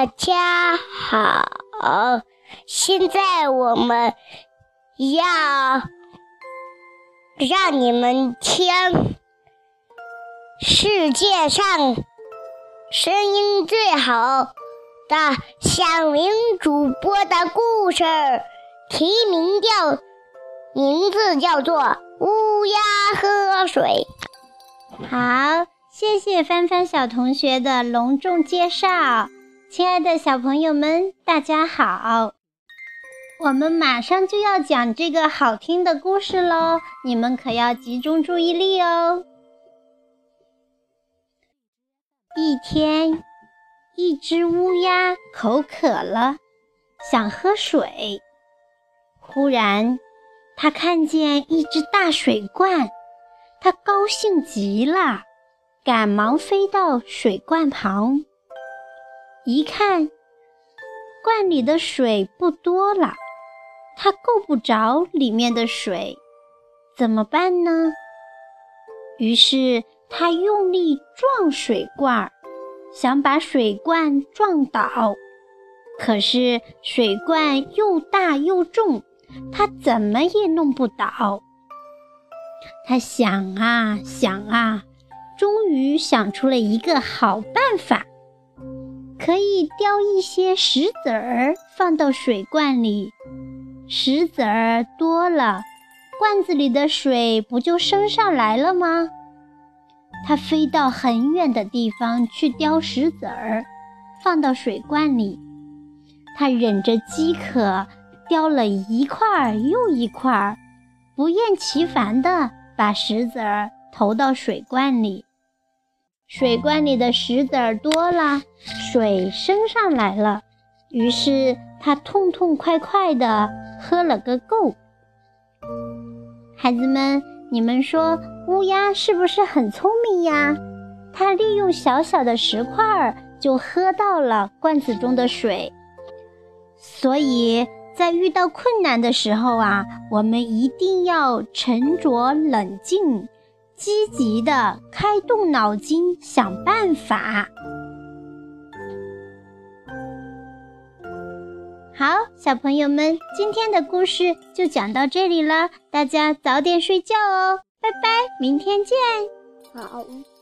大家好，现在我们要让你们听世界上声音最好的小明主播的故事，名字叫做乌鸦喝水。 好，谢谢帆帆小同学的隆重介绍。亲爱的小朋友们，大家好，我们马上就要讲这个好听的故事咯，你们可要集中注意力哦。一天，一只乌鸦口渴了，想喝水。忽然，它看见一只大水罐，它高兴极了，赶忙飞到水罐旁。一看，罐里的水不多了，它够不着里面的水，怎么办呢？于是它用力撞水罐，想把水罐撞倒。可是水罐又大又重，它怎么也弄不倒。它想啊想啊，终于想出了一个好办法，可以叼一些石子儿放到水罐里，石子儿多了，罐子里的水不就升上来了吗？它飞到很远的地方去叼石子儿，放到水罐里。它忍着饥渴，叼了一块又一块，不厌其烦地把石子儿投到水罐里。水罐里的石子儿多了，水升上来了，于是它痛痛快快地喝了个够。孩子们，你们说乌鸦是不是很聪明呀？它利用小小的石块就喝到了罐子中的水。所以在遇到困难的时候我们一定要沉着冷静，积极地开动脑筋想办法。好，小朋友们，今天的故事就讲到这里了，大家早点睡觉哦，拜拜，明天见。 好。